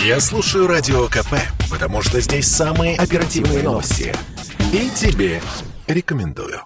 Я слушаю Радио КП, потому что здесь самые оперативные новости. И тебе рекомендую.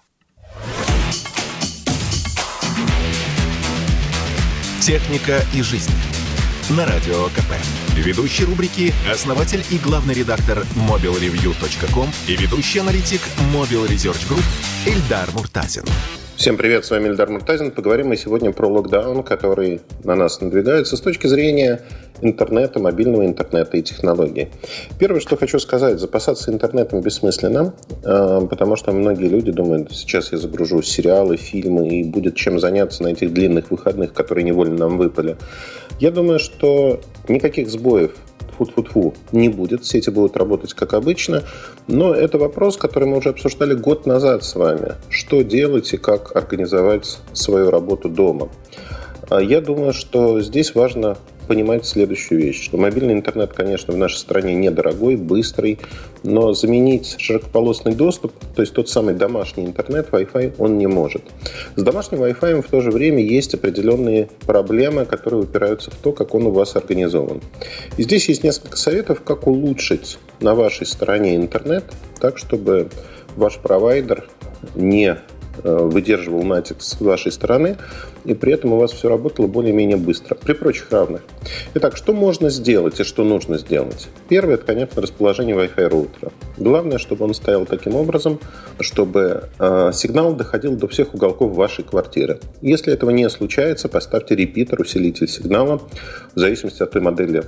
«Техника и жизнь» на Радио КП. Ведущий рубрики – основатель и главный редактор mobilreview.com и ведущий аналитик Mobile Research Group Эльдар Муртазин. Всем привет, с вами Эльдар Муртазин. Поговорим мы сегодня про локдаун, который на нас надвигается с точки зрения интернета, мобильного интернета и технологий. Первое, что хочу сказать, запасаться интернетом бессмысленно, потому что многие люди думают, сейчас я загружу сериалы, фильмы и будет чем заняться на этих длинных выходных, которые невольно нам выпали. Я думаю, что никаких сбоев тьфу-тьфу-тьфу не будет, сети будут работать как обычно, но это вопрос, который мы уже обсуждали год назад с вами. Что делать и как организовать свою работу дома? Я думаю, что здесь важно понимать следующую вещь, что мобильный интернет, конечно, в нашей стране недорогой, быстрый, но заменить широкополосный доступ, то есть тот самый домашний интернет, Wi-Fi, он не может. С домашним Wi-Fi в то же время есть определенные проблемы, которые упираются в то, как он у вас организован. И здесь есть несколько советов, как улучшить на вашей стороне интернет, так, чтобы ваш провайдер не выдерживал натиск с вашей стороны, и при этом у вас все работало более-менее быстро, при прочих равных. Итак, что можно сделать и что нужно сделать? Первое, это, конечно, расположение Wi-Fi роутера. Главное, чтобы он стоял таким образом, чтобы сигнал доходил до всех уголков вашей квартиры. Если этого не случается, поставьте репитер, усилитель сигнала, в зависимости от той модели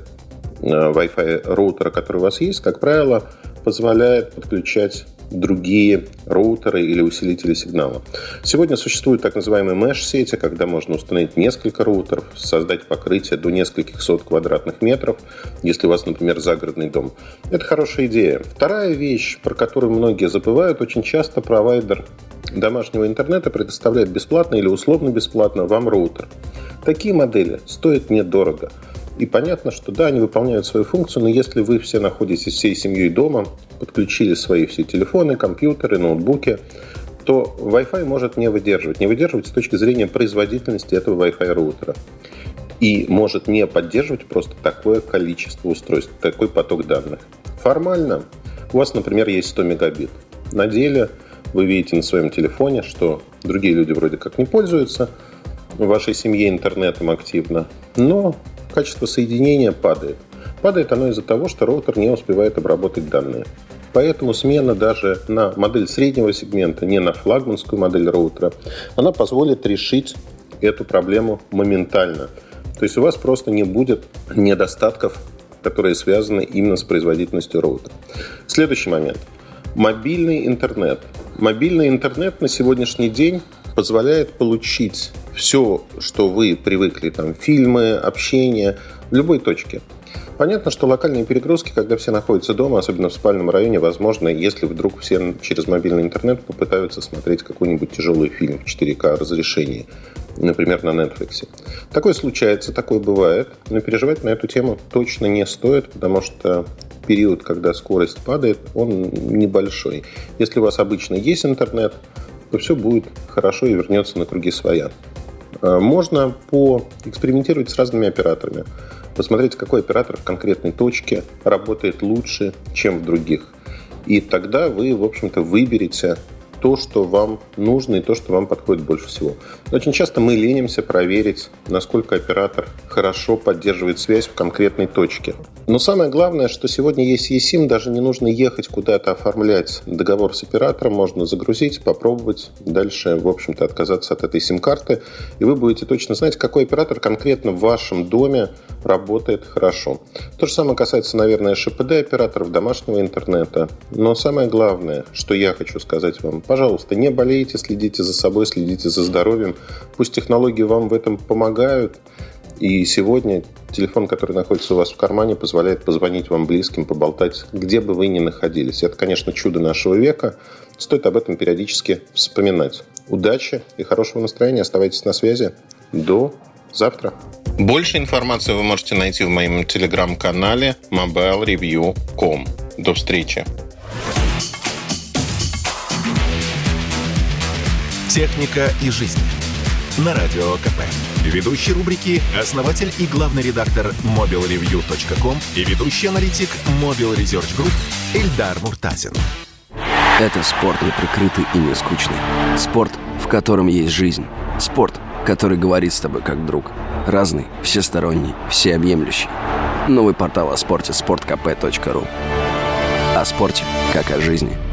Wi-Fi роутера, который у вас есть, как правило, позволяет подключать другие роутеры или усилители сигнала. Сегодня существуют так называемые mesh-сети, когда можно установить несколько роутеров, создать покрытие до нескольких сот квадратных метров, если у вас, например, загородный дом. Это хорошая идея. Вторая вещь, про которую многие забывают, очень часто провайдер домашнего интернета предоставляет бесплатно или условно бесплатно вам роутер. Такие модели стоят недорого. И понятно, что да, они выполняют свою функцию, но если вы все находитесь всей семьей дома, подключили свои все телефоны, компьютеры, ноутбуки, то Wi-Fi может не выдерживать. Не выдерживать с точки зрения производительности этого Wi-Fi роутера. И может не поддерживать просто такое количество устройств, такой поток данных. Формально у вас, например, есть 100 мегабит. На деле вы видите на своем телефоне, что другие люди вроде как не пользуются в вашей семье интернетом активно, но качество соединения падает. Падает оно из-за того, что роутер не успевает обработать данные. Поэтому смена даже на модель среднего сегмента, не на флагманскую модель роутера, она позволит решить эту проблему моментально. То есть у вас просто не будет недостатков, которые связаны именно с производительностью роутера. Следующий момент. Мобильный интернет. Мобильный интернет на сегодняшний день позволяет получить все, что вы привыкли, там, фильмы, общение, в любой точке. Понятно, что локальные перегрузки, когда все находятся дома, особенно в спальном районе, возможно, если вдруг все через мобильный интернет попытаются смотреть какой-нибудь тяжелый фильм в 4К разрешении, например, на Netflix. Такое случается, такое бывает, но переживать на эту тему точно не стоит, потому что период, когда скорость падает, он небольшой. Если у вас обычно есть интернет, то все будет хорошо и вернется на круги своя. Можно поэкспериментировать с разными операторами, посмотреть, какой оператор в конкретной точке работает лучше, чем в других. И тогда вы, в общем-то, выберете то, что вам нужно и то, что вам подходит больше всего. Очень часто мы ленимся проверить, насколько оператор хорошо поддерживает связь в конкретной точке. Но самое главное, что сегодня есть eSIM, даже не нужно ехать куда-то оформлять договор с оператором, можно загрузить, попробовать, дальше, в общем-то, отказаться от этой сим-карты, и вы будете точно знать, какой оператор конкретно в вашем доме работает хорошо. То же самое касается, наверное, ШПД-операторов, домашнего интернета. Но самое главное, что я хочу сказать вам, пожалуйста, не болейте, следите за собой, следите за здоровьем. Пусть технологии вам в этом помогают. И сегодня телефон, который находится у вас в кармане, позволяет позвонить вам близким, поболтать, где бы вы ни находились. Это, конечно, чудо нашего века. Стоит об этом периодически вспоминать. Удачи и хорошего настроения. Оставайтесь на связи. До завтра. Больше информации вы можете найти в моем телеграм-канале mobilreview.com. До встречи. «Техника и жизнь» на Радио КП. Ведущий рубрики – основатель и главный редактор mobilreview.com и ведущий аналитик Mobile Research Group Эльдар Муртазин. Это спорт не прикрытый и не скучный. Спорт, в котором есть жизнь. Спорт, который говорит с тобой как друг. Разный, всесторонний, всеобъемлющий. Новый портал о спорте – sportkp.ru. О спорте, как о жизни.